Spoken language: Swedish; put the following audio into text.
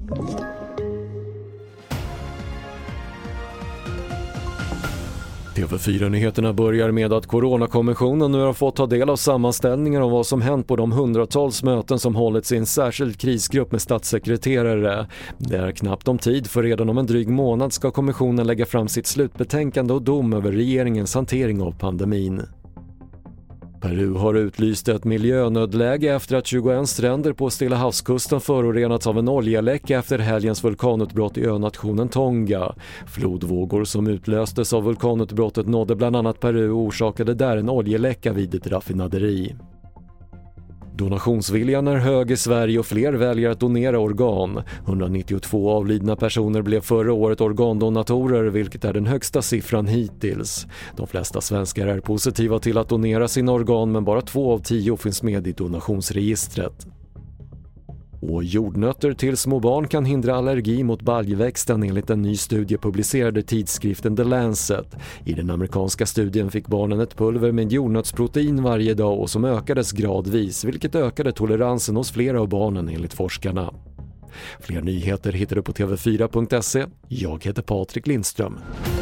TV4-nyheterna börjar med att Coronakommissionen nu har fått ta del av sammanställningar om vad som hänt på de hundratals möten som hållits i en särskild krisgrupp med statssekreterare. Det är knappt om tid, för redan om en dryg månad ska kommissionen lägga fram sitt slutbetänkande och dom över regeringens hantering av pandemin. Peru har utlyst ett miljönödläge efter att 21 stränder på Stilla havskusten förorenats av en oljeläcka efter helgens vulkanutbrott i önationen Tonga. Flodvågor som utlöstes av vulkanutbrottet nådde bland annat Peru och orsakade där en oljeläcka vid ett raffinaderi. Donationsviljan är hög i Sverige och fler väljer att donera organ. 192 avlidna personer blev förra året organdonatorer, vilket är den högsta siffran hittills. De flesta svenskar är positiva till att donera sina organ, men bara 2 av 10 finns med i donationsregistret. Och jordnötter till små barn kan hindra allergi mot baljväxten enligt en ny studie publicerad i tidskriften The Lancet. I den amerikanska studien fick barnen ett pulver med jordnötsprotein varje dag och som ökades gradvis, vilket ökade toleransen hos flera av barnen enligt forskarna. Fler nyheter hittar du på tv4.se. Jag heter Patrik Lindström.